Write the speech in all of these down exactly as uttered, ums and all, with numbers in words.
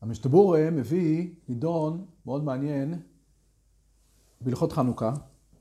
המשתבורה מביא נידון מאוד מעניין בהלכות חנוכה,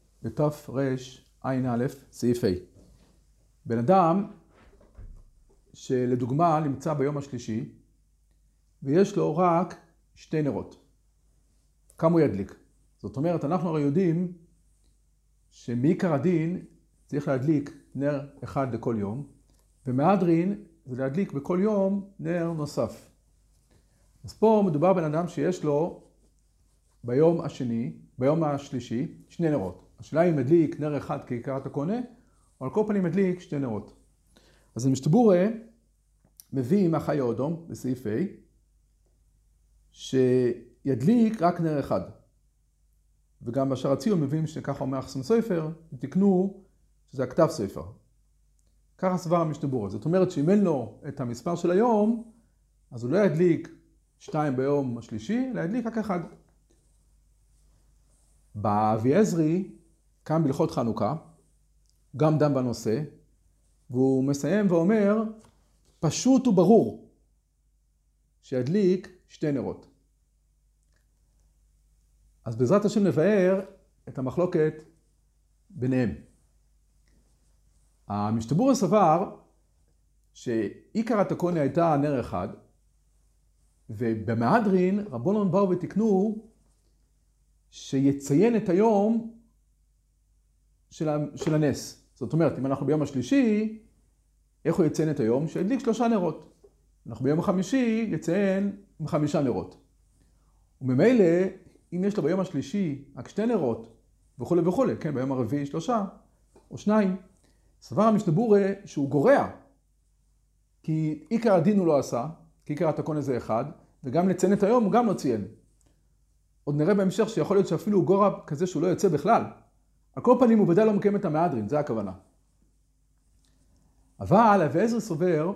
בתרע"א סעיף ה'. בן אדם שלדוגמה נמצא ביום השלישי ויש לו רק שתי נרות, כמה הוא ידליק? זאת אומרת, אנחנו הרי יודעים שמעיקר הדין צריך להדליק נר אחד לכל יום, ומהדרין זה להדליק בכל יום נר נוסף. אז פה מדובר בן אדם שיש לו ביום השני, ביום השלישי, שני נרות. השאלה היא אם מדליק נר אחד כעיקרת הקונה, או על כל פנים מדליק שתי נרות. אז המשתבורה מביא מהחיי האודום בסעיף ה' שידליק רק נר אחד. וגם בשער הציון מביאים שככה אומר חסון סופר, תקנו שזה הכתב סופר. ככה סבר המשתבורה. זאת אומרת שאם אין לו את המספר של היום, אז הוא לא ידליק שתיים ביום השלישי, אלא ידליק רק אחד. באביעזרי, כאן בהלכות חנוכה, גם דן בנושא, והוא מסיים ואומר, פשוט וברור שידליק שתי נרות. אז בעזרת השם נבאר את המחלוקת ביניהם. המשתבורה סבר שעיקרת הקונה הייתה נר אחד, ובמהדרין רבונן באו ותקנו שיציין את היום של, של הנס. זאת אומרת, אם אנחנו ביום השלישי, איך הוא יציין את היום? שידליק שלושה נרות. אנחנו ביום החמישי יציין עם חמישה נרות. וממילא, אם יש לו ביום השלישי רק שתי נרות, וכו' וכו', כן, ביום הרביעי שלושה או שניים, סבר המשתבורה שהוא גורע, כי עיקר הדין הוא לא עשה, כי עיקר התקון הזה אחד, וגם לציין את היום הוא גם לא ציין. עוד נראה בהמשך שיכול להיות שאפילו הוא גורע כזה שהוא לא יוצא בכלל. על כל פנים הוא ודאי לא מקיים את המהדרין, זה הכוונה. אבל אביעזרי סובר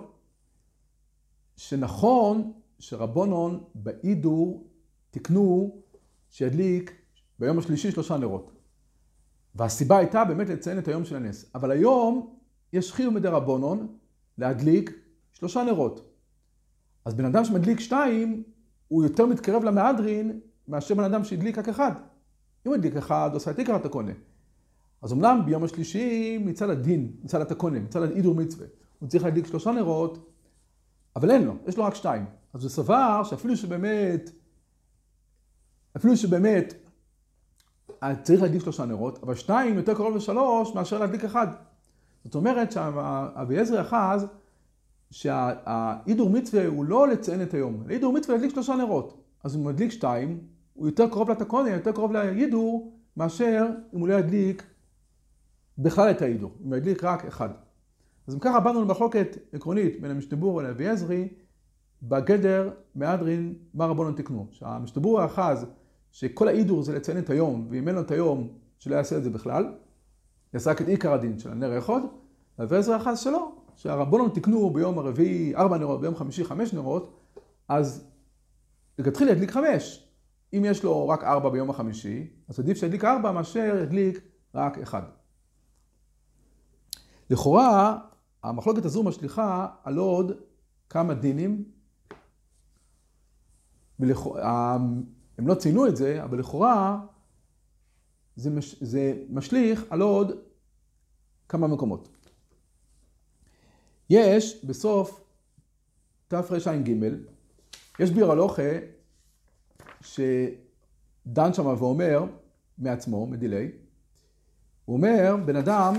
שנכון שרבונן בהידור תקנו שידליק ביום השלישי שלושה נרות. והסיבה הייתה באמת לציין את היום של הנס. אבל היום יש חיוב מדי רבונן להדליק שלושה נרות. אז בן אדם שמדליק שתיים, הוא יותר מתקרב למהדרין מאשר בן אדם שהדליק רק אחד. אם הוא הדליק אחד, עושה את עיקרת הקונה. אז אמנם ביום השלישי, מצד הדין, מצד התקונה, מצד ההידור מצווה, הוא צריך להדליק שלושה נרות, אבל אין לו, יש לו רק שתיים. אז זה סבר שאפילו שבאמת, אפילו שבאמת, צריך להדליק שלושה נרות, אבל שתיים יותר קרוב לשלוש מאשר להדליק אחד. זאת אומרת שאביעזרי אחז, שההידור מצווה הוא לא לציין את היום, ההידור מצווה להדליק שלושה נרות. אז אם הוא מדליק שתיים, הוא יותר קרוב לתקונה, יותר קרוב להידור, מאשר אם הוא לא ידליק בכלל את ההידור, אם הוא ידליק רק אחד. אז אם ככה באנו למחלוקת עקרונית בין המשתבורה לאביעזרי, בגדר מהדרין מה רבונן תקנו. שהמשתבורה אחז שכל ההידור זה לציין את היום, ואם אין לו את היום שלא יעשה את זה בכלל, יעשה רק את עיקר הדין של הנר האחד, ואביעזרי אחז שלא. שהרבונן תקנו ביום הרביעי ארבע נרות, ביום חמישי חמש נרות, אז תתחיל להדליק חמש. אם יש לו רק ארבע ביום החמישי, אז עדיף שידליק ארבע מאשר ידליק רק אחד. לכאורה, המחלוקת הזו משליכה על עוד כמה דינים, ולכאורה, הם לא ציינו את זה, אבל לכאורה זה, מש, זה משליך על עוד כמה מקומות. יש בסוף תרע"ג, יש ביר הלוכה שדן שם ואומר מעצמו, מדילי, הוא אומר, בן אדם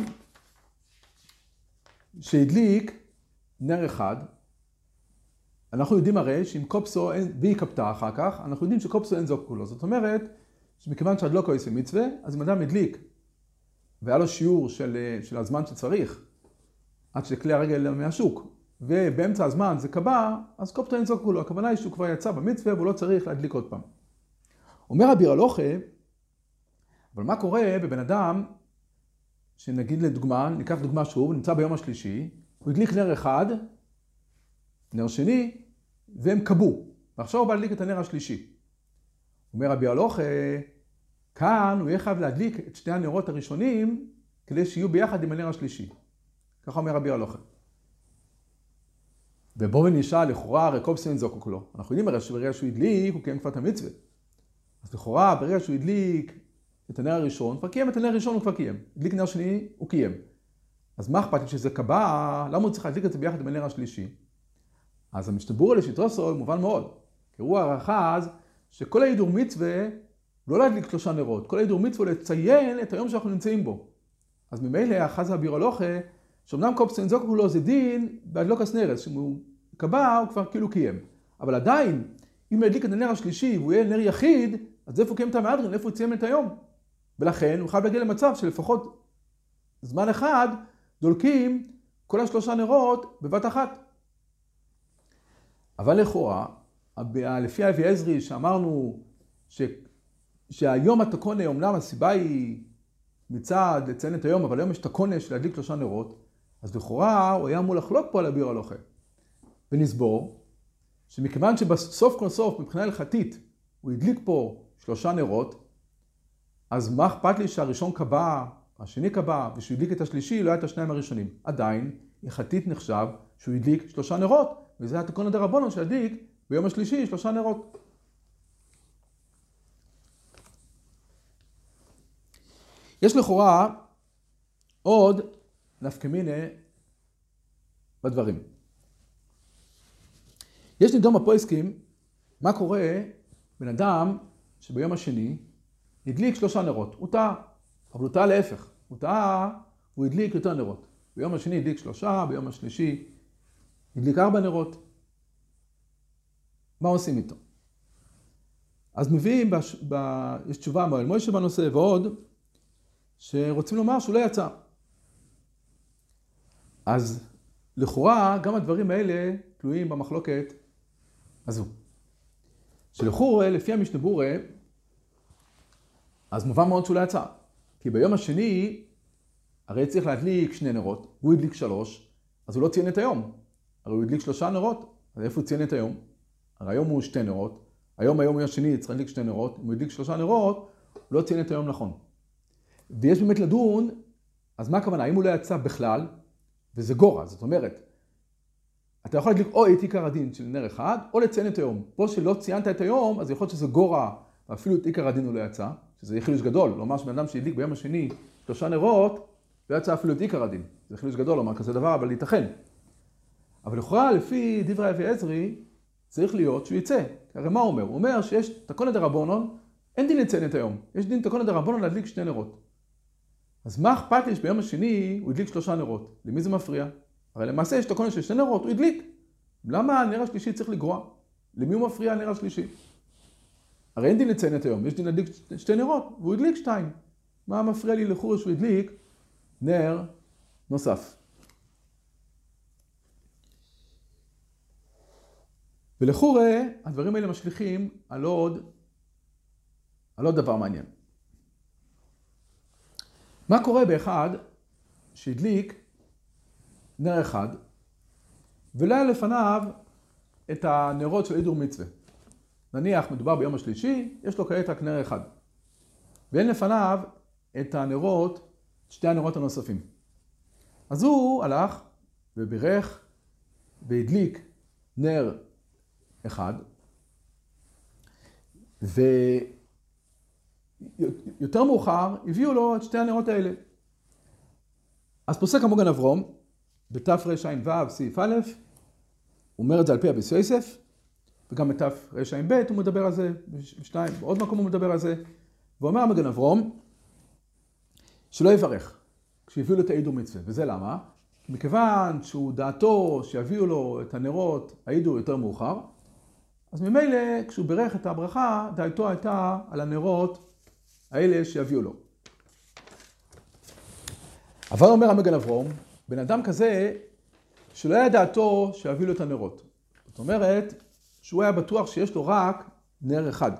שהדליק נר אחד, אנחנו יודעים הרי שאם קופסו אין, והיא קפתה אחר כך, אנחנו יודעים שקופסו אין זוק כולו. זאת אומרת, שמכיוון שהדלוקו יעשה מצווה, אז אם אדם הדליק, והיה לו שיעור של, של הזמן שצריך, עד שכלי הרגל מהשוק, ובאמצע הזמן זה קבע, אז קופסו אין זוק כולו. הכוונה היא שהוא כבר יצא במצווה, והוא לא צריך להדליק עוד פעם. אומר הביר הלוכה, אבל מה קורה בבן אדם, שנגיד לדוגמה, ניקח דוגמה שוב, נמצא ביום השלישי, הוא הדליק נר אחד, נר שני, והם קבו. ועכשיו הוא בא להדליק את הנר השלישי. אומר הביר הלוכה, כאן הוא יהיה חייב להדליק את שני הנרות הראשונים, כדי שיהיו ביחד עם הנר השלישי. ככה אומר הביר הלוכה. ובו ונשאל, לכאורה, הרי כל בסין זוקו כולו. אנחנו יודעים הרי שברגע שהוא הדליק, הוא קיים כבר את המצווה. אז לכאורה, ברגע שהוא הדליק את הנר הראשון, כבר קיים את הנר הראשון, הוא כבר קיים. הדליק נר שני, הוא קיים. אז מה אכפת לי שזה קבע? למה הוא צריך להדליק את זה ביחד עם הנר השלישי? אז המשתברא לשיטרוסו מובן מאוד. כי הוא הרחז שכל ההידור מצווה לא להדליק שלושה נרות. כל ההידור מצווה לציין את היום שאנחנו נמצאים בו. אז ממילא החז הבירו הלוכה, שאומנם כל בסין זוקו כולו זה דין בהדלוקת נרס, שהוא קבע, הוא כבר כאילו קיים. אבל עדיין, אם ידליק את הנר השלישי והוא יהיה נר יחיד, אז איפה הוא קיים את המהדרין? איפה הוא ציין את היום? ולכן הוא חייב להגיע למצב שלפחות זמן אחד דולקים כל השלושה נרות בבת אחת. אבל לכאורה, לפי אבי עזרי שאמרנו ש... שהיום התקונה, אומנם הסיבה היא מצד לציין את היום, אבל היום יש תקונה של להדליק שלושה נרות, אז לכאורה הוא היה אמור לחלוק פה על הבירו הלוכה. ונסבור שמכיוון שבסוף כל סוף, מבחינה הלכתית, הוא הדליק פה שלושה נרות, אז מה אכפת לי שהראשון קבע, השני קבע, ושהוא הדליק את השלישי, לא היה את השניים הראשונים. עדיין, הלכתית נחשב שהוא הדליק שלושה נרות, וזה התקונה דרבנן שהדליק ביום השלישי שלושה נרות. יש לכאורה עוד נפקא מינה בדברים. יש נדום הפויסקים, מה קורה בן אדם שביום השני הדליק שלושה נרות. הוא טעה, אבל הוא טעה להפך. הוא טעה, הוא הדליק יותר נרות. ביום השני הדליק שלושה, ביום השלישי הדליק ארבע נרות. מה עושים איתו? אז מביאים, בש... ב... יש תשובה מהאל מוישה בנושא ועוד, שרוצים לומר שהוא לא יצא. אז לכאורה גם הדברים האלה תלויים במחלוקת הזו. שלכאורה, לפי המשנה ברורה, אז מובן מאוד שהוא לא יצא. כי ביום השני, הרי צריך להדליק שני נרות, הוא הדליק שלוש, אז הוא לא ציין את היום. הרי הוא הדליק שלושה נרות, אז איפה הוא ציין את היום? הרי היום הוא שתי נרות, היום היום הוא השני צריך להדליק שתי נרות, אם הוא הדליק שלושה נרות, הוא לא ציין את היום נכון. ויש באמת לדון, אז מה הכוונה? אם הוא לא יצא בכלל, וזה גורה, זאת אומרת, אתה יכול להדליק או את עיקר הדין של נר אחד, או לציין את היום. פה שלא ציינת את היום, אז יכול להיות שזה גורה, ואפילו את עיקר הדין הוא לא יצא, שזה חילוש גדול. לומר שבן אדם שהדליק ביום השני שלושה נרות, לא יצא אפילו את עיקר הדין. זה חילוש גדול לומר כזה דבר, אבל ייתכן. אבל לכאורה, לפי דברי אבי עזרי, צריך להיות שהוא יצא. הרי מה הוא אומר? הוא אומר שיש תקונה דרבנן, אין דין לציין את היום. יש דין תקונה דרבנן להדליק שני נרות. אז מה אכפת לי שביום השני הוא הדליק שלושה נרות? למי זה מפריע? הרי למעשה יש תקונה של שני נרות, הוא הדליק. למה הנר השלישי צריך לגרוע? למי הוא מפריע הנר השלישי? הרי אין דין לציין את היום, יש דין להדליק שתי נרות, והוא הדליק שתיים. מה מפריע לי לכאורה שהוא הדליק נר נוסף? ולכאורה הדברים האלה משליכים על עוד, על עוד דבר מעניין. מה קורה באחד שהדליק נר אחד, ולא היה לפניו את הנרות של הידור מצווה. נניח מדובר ביום השלישי, יש לו כעת רק נר אחד. ואין לפניו את הנרות, שתי הנרות הנוספים. אז הוא הלך ובירך והדליק נר אחד, ויותר מאוחר הביאו לו את שתי הנרות האלה. אז פוסק המוגן אברום, בתרע"ו סעיף א', הוא אומר את זה על פי אביס יוסף, וגם בתרע"ב הוא מדבר על זה, בשתיים, בעוד מקום הוא מדבר על זה, ואומר המגן אברום, שלא יברך כשהביאו לו את ההידור מצווה. וזה למה? מכיוון שהוא דעתו שיביאו לו את הנרות ההידור יותר מאוחר, אז ממילא כשהוא בירך את הברכה, דעתו הייתה על הנרות האלה שיביאו לו. אבל אומר המגן אברום, בן אדם כזה שלא היה דעתו שיביאו לו את הנרות. זאת אומרת שהוא היה בטוח שיש לו רק נר אחד.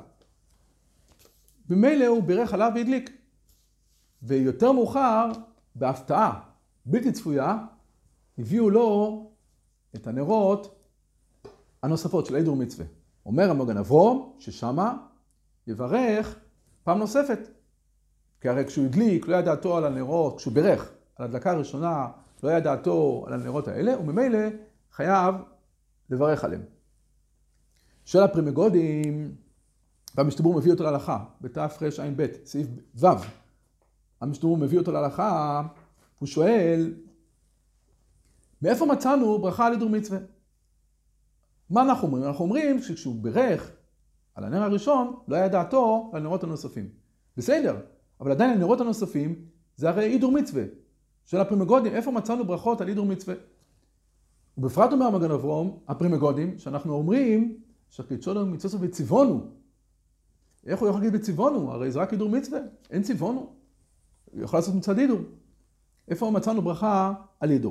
במילא הוא בירך עליו והדליק. ויותר מאוחר, בהפתעה בלתי צפויה, הביאו לו את הנרות הנוספות של הידור מצווה. אומר המגן אברום ששמה יברך פעם נוספת. כי הרי כשהוא הדליק לא היה דעתו על הנרות, כשהוא בירך על הדלקה הראשונה לא היה דעתו על הנרות האלה, וממילא חייב לברך עליהם. של הפרימגודים, והמשתברור מביא אותו להלכה, בתרע"ב, סעיף ו'. המשתברור מביא אותו להלכה, הוא שואל, מאיפה מצאנו ברכה על הידור מצווה? מה אנחנו אומרים? אנחנו אומרים שכשהוא בירך על הנר הראשון, לא היה דעתו על הנרות הנוספים. בסדר, אבל עדיין הנרות הנוספים זה הרי הידור מצווה. של הפרימגודים, איפה מצאנו ברכות על הידור מצווה? ובפרט אומר מגן אברום, הפרימגודים, שאנחנו אומרים שהקידשנו מצווה וציוונו. איך הוא יכול להגיד בציוונו? הרי זה רק הידור מצווה, אין ציוונו. הוא יכול לעשות מצד הידור. איפה מצאנו ברכה על הידור?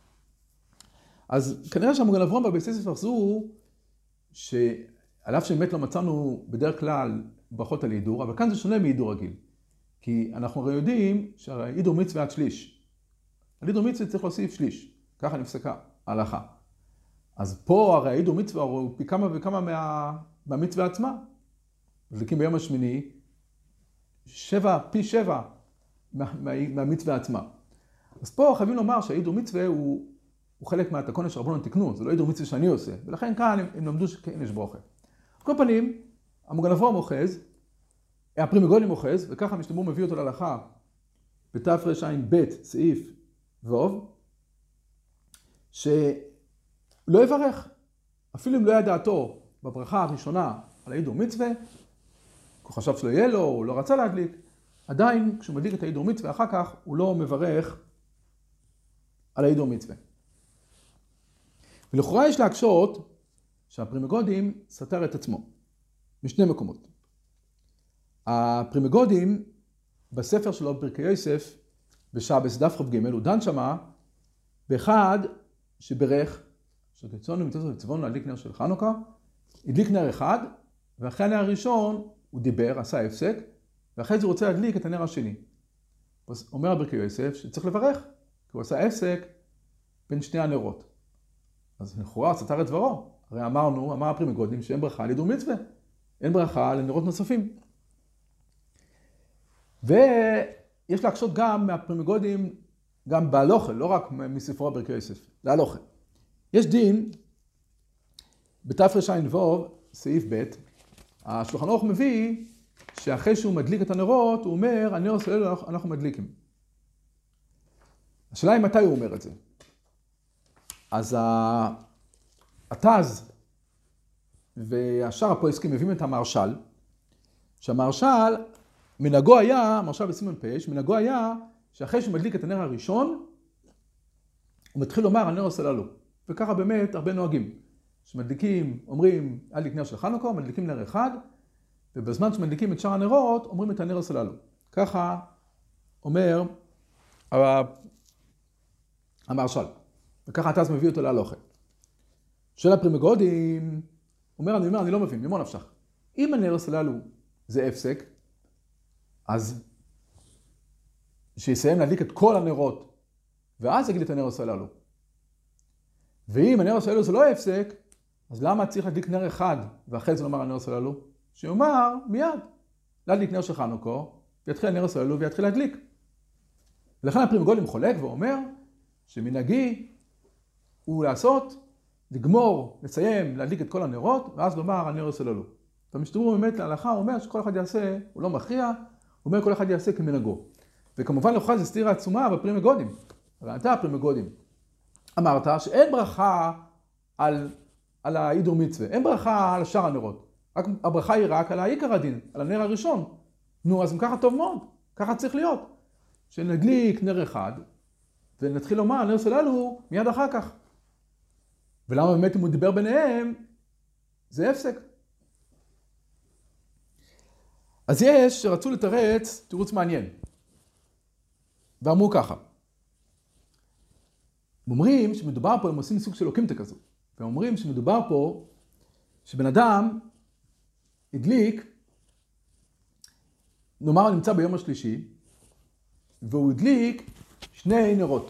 אז כנראה שהמגן אברום בבסיס יפרסו שעל אף שבאמת לא מצאנו בדרך כלל ברכות על הידור, אבל כאן זה שונה מהידור רגיל. כי אנחנו הרי יודעים שהידור מצווה עד שליש. על הידור מצווה צריך להוסיף שליש. ככה נפסקה ההלכה. אז פה הרי הידור מצווה הוא פי כמה וכמה מה, מהמצווה עצמה. מדליקים ביום השמיני, שבע, פי שבע מה, מה, מהמצווה עצמה. אז פה חייבים לומר שהידור מצווה הוא, הוא חלק מהתקונה שרבנן תיקנו, זה לא הידור מצווה שאני עושה, ולכן כאן הם, הם למדו שכן יש ברוכה. על כל פנים, המגן אברום אוחז, הפרימגודים אוחז, וככה המשתברור מביא אותו להלכה, בתרע"ב, סעיף ו', שלא יברך, אפילו אם לא היה דעתו בברכה הראשונה על הידור מצווה, הוא חשב שלא יהיה לו, הוא לא רצה להדליק, עדיין כשהוא מדליק את הידור מצווה, אחר כך הוא לא מברך על הידור מצווה. ולכאורה יש להקשות שהפרימגודים סתר את עצמו, משני מקומות. הפרימגודים, בספר שלו, פרקי יוסף, בשבס דף כ"ג, הוא דן שמה, באחד שברך, שקידשנו מצווה וציוונו להדליק נר של חנוכה, הדליק נר אחד, ואחרי הנר הראשון הוא דיבר, עשה הפסק, ואחרי זה הוא רוצה להדליק את הנר השני. אומר הפרקי יוסף שצריך לברך, כי הוא עשה הפסק בין שני הנרות. אז לכאורה סתר את דברו. הרי אמרנו, אמר הפרימגודים שאין ברכה על הידור מצווה, אין ברכה לנרות נוספים. ויש להקשות גם מהפרימגודים, גם בהלוכה, לא רק מספרו פרקי יוסף, להלוכה. יש דין, בתרע"ו, סעיף ב', השולחן ערוך מביא שאחרי שהוא מדליק את הנרות, הוא אומר, הנר הסולל אנחנו מדליקים. השאלה היא מתי הוא אומר את זה. אז התז והשאר הפועסקים מביאים את המהרש"ל, שהמהרש"ל, מנהגו היה, המהרש"ל בסימן פ"ש, מנהגו היה שאחרי שהוא מדליק את הנר הראשון, הוא מתחיל לומר הנר הסוללו. וככה באמת הרבה נוהגים. שמדליקים, אומרים, הדליק נר של חנוכה, מדליקים נר אחד, ובזמן שמדליקים את שאר הנרות, אומרים את הנר הסוללו. ככה אומר המהרש"ל. וככה התז מביא אותו להלוכה. של הפרימגודים, אומר, אני אומר, אני לא מבין, ממה נפשך? אם הנר הסוללו זה הפסק, אז שיסיים להדליק את כל הנרות, ואז יגיד את הנר הסוללו. ואם הנר הסוללו זה לא הפסק, אז למה צריך להדליק נר אחד, ואחרי זה לומר הנר הסוללו? שיאמר מיד, להדליק נר של חנוכה, ויתחיל הנר הסוללו ויתחיל להדליק. ולכן הפרימגודים חולק ואומר, שמנהגי הוא לעשות, לגמור, לסיים, להדליק את כל הנרות, ואז לומר הנר הסוללו. והמשתברור באמת להלכה, הוא אומר שכל אחד יעשה, הוא לא מכריע, הוא אומר כל אחד יעשה כמנהגו. וכמובן לכאורה זה סתירה עצומה בפרימגודים. אבל אתה הפרימגודים. אמרת שאין ברכה על, על ההידור מצווה, אין ברכה על שאר הנרות. רק הברכה היא רק על העיקר הדין, על הנר הראשון. נו, אז אם ככה טוב מאוד, ככה צריך להיות. שנדליק נר אחד, ונתחיל לומר, הנר הסוללו מיד אחר כך. ולמה באמת אם הוא דיבר ביניהם, זה הפסק. אז יש שרצו לתרץ תירוץ מעניין. ואמרו ככה. הם אומרים שמדובר פה, הם עושים סוג של אוקימתא כזו. והם אומרים שמדובר פה, שבן אדם הדליק, נאמר נמצא ביום השלישי, והוא הדליק שני נרות.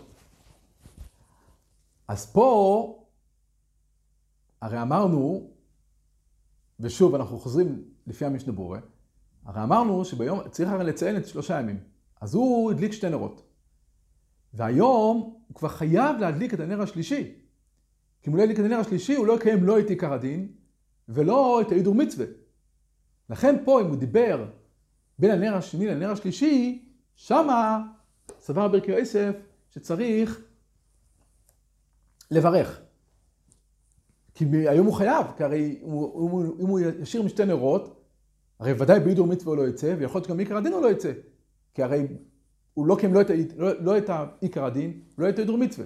אז פה, הרי אמרנו, ושוב אנחנו חוזרים לפי המשנה ברורה, הרי אמרנו שביום צריך הרי לציין את שלושה ימים. אז הוא הדליק שתי נרות. והיום הוא כבר חייב להדליק את הנר השלישי. כי אם הוא לא ידליק את הנר השלישי, הוא לא יקיים לא את עיקר הדין, ולא את ההידור מצווה. לכן פה, אם הוא דיבר בין הנר השני לנר השלישי, שמה סבר ברבי יוסף שצריך לברך. כי היום הוא חייב, כי הרי אם הוא ישאיר משתי נרות, הרי ודאי בהידור מצווה הוא לא יצא, ויכול להיות שגם עיקר הדין הוא לא יצא. כי הרי הוא לא קיים לא את, לא, לא את עיקר הדין, לא את ההידור מצווה.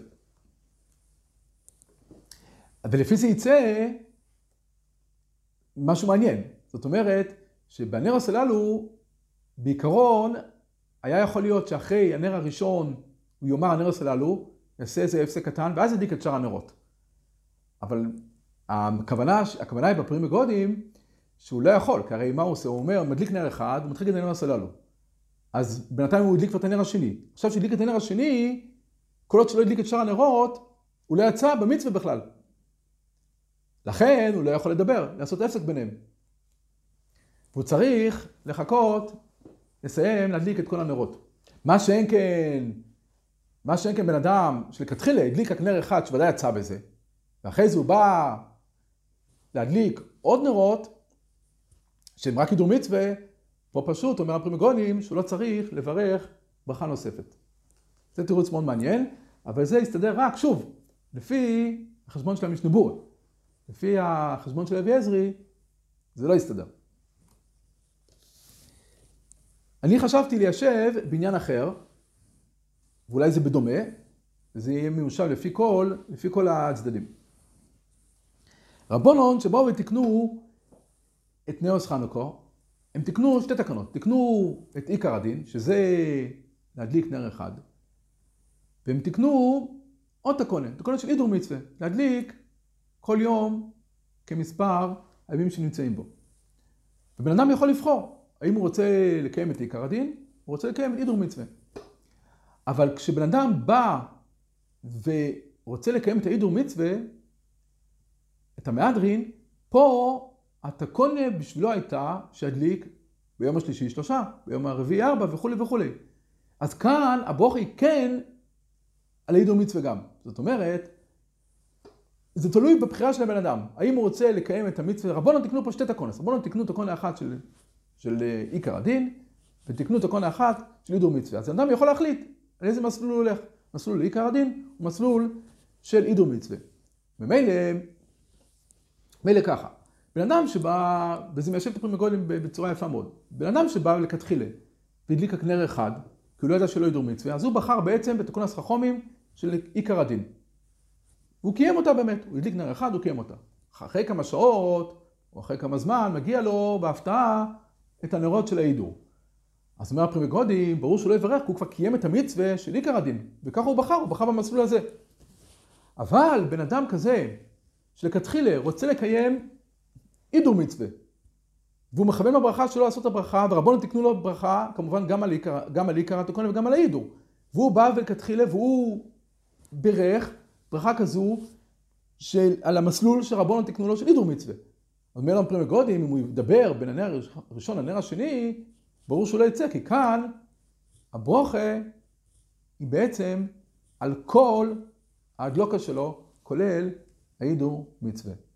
ולפי זה יצא משהו מעניין. זאת אומרת, שבנרות הללו, בעיקרון, היה יכול להיות שאחרי הנר הראשון, הוא יאמר הנרות הללו, יעשה איזה הפסק קטן, ואז ידליק את שאר הנרות. אבל הכוונה, הכוונה היא בפורים וגודים, שהוא לא יכול, כי הרי מה הוא עושה? הוא אומר, מדליק נר אחד, הוא מתחיל את הנרות הללו. אז בינתיים הוא הדליק כבר את הנר השני. עכשיו שהדליק את הנר השני, כל עוד שלא הדליק את שאר הנרות, הוא לא יצא במצווה בכלל. לכן הוא לא יכול לדבר, לעשות הפסק ביניהם. והוא צריך לחכות, לסיים, להדליק את כל הנרות. מה שאין כן, מה שאין כן בן אדם שלכתחילה הדליק רק נר אחד שוודאי יצא בזה, ואחרי זה הוא בא להדליק עוד נרות, שהם רק הידור מצווה, פה פשוט אומר הפורים וגודים שהוא לא צריך לברך ברכה נוספת. זה תירוץ מאוד מעניין, אבל זה יסתדר רק, שוב, לפי החשבון של המשנה ברורה. לפי החשבון של אבי עזרי, זה לא יסתדר. אני חשבתי ליישב בעניין אחר, ואולי זה בדומה, וזה יהיה מיושב לפי כל, לפי כל הצדדים. רבונון שבאו ותקנו את נאוס חנוכה, הם תקנו שתי תקנות. תקנו את עיקר הדין, שזה להדליק נר אחד, והם תקנו עוד תקונה, תקונה של הידור מצווה, להדליק כל יום כמספר הימים שנמצאים בו. ובן אדם יכול לבחור, האם הוא רוצה לקיים את עיקר הדין, הוא רוצה לקיים את הידור מצווה. אבל כשבן אדם בא ורוצה לקיים את ההידור מצווה, את המהדרין, פה התקונה בשבילו הייתה שידליק ביום השלישי שלושה, ביום הרביעי ארבע וכו' וכו'. אז כאן הברכה היא כן על ההידור מצווה גם. זאת אומרת, זה תלוי בבחירה של הבן אדם. האם הוא רוצה לקיים את המצווה, רבונו תקנו פה שתי תקונות. רבונו תקנו תקונה אחת של, של עיקר הדין, ותקנו תקונה אחת של הידור מצווה. אז האדם יכול להחליט על איזה מסלול הוא הולך. מסלול לעיקר הדין הוא מסלול של הידור מצווה. ומילא, מילא ככה. בן אדם שבא, וזה מיישב את הפורים וגודים בצורה יפה מאוד. בן אדם שבא לכתחילה והדליק רק נר אחד, כי הוא לא ידע שלא הידור מצווה, אז הוא בחר בעצם בתקונת חכמים של עיקר הדין. והוא קיים אותה באמת, הוא הדליק נר אחד, הוא קיים אותה. אחרי כמה שעות, או אחרי כמה זמן, מגיע לו בהפתעה את הנרות של ההידור. אז אומר הפורים וגודים, ברור שהוא לא יברך, כי הוא כבר קיים את המצווה של עיקר הדין. וככה הוא בחר, הוא בחר במסלול הזה. אבל בן אדם כזה, שלכתחילה רוצה לקיים הידור מצווה, והוא מכוון בברכה שלא לעשות את הברכה, ורבונו תקנו לו ברכה, כמובן גם על עיקר, גם על עיקר התקונה וגם על ההידור. והוא בא ולכתחילה, והוא בירך ברכה כזו של, על המסלול שרבונו תקנו לו של הידור מצווה. אז אומר הפורים וגודים, אם הוא ידבר בין הנר הראשון לנר השני, ברור שהוא לא יצא, כי כאן הברכה היא בעצם על כל ההדלוקה שלו, כולל ההידור מצווה.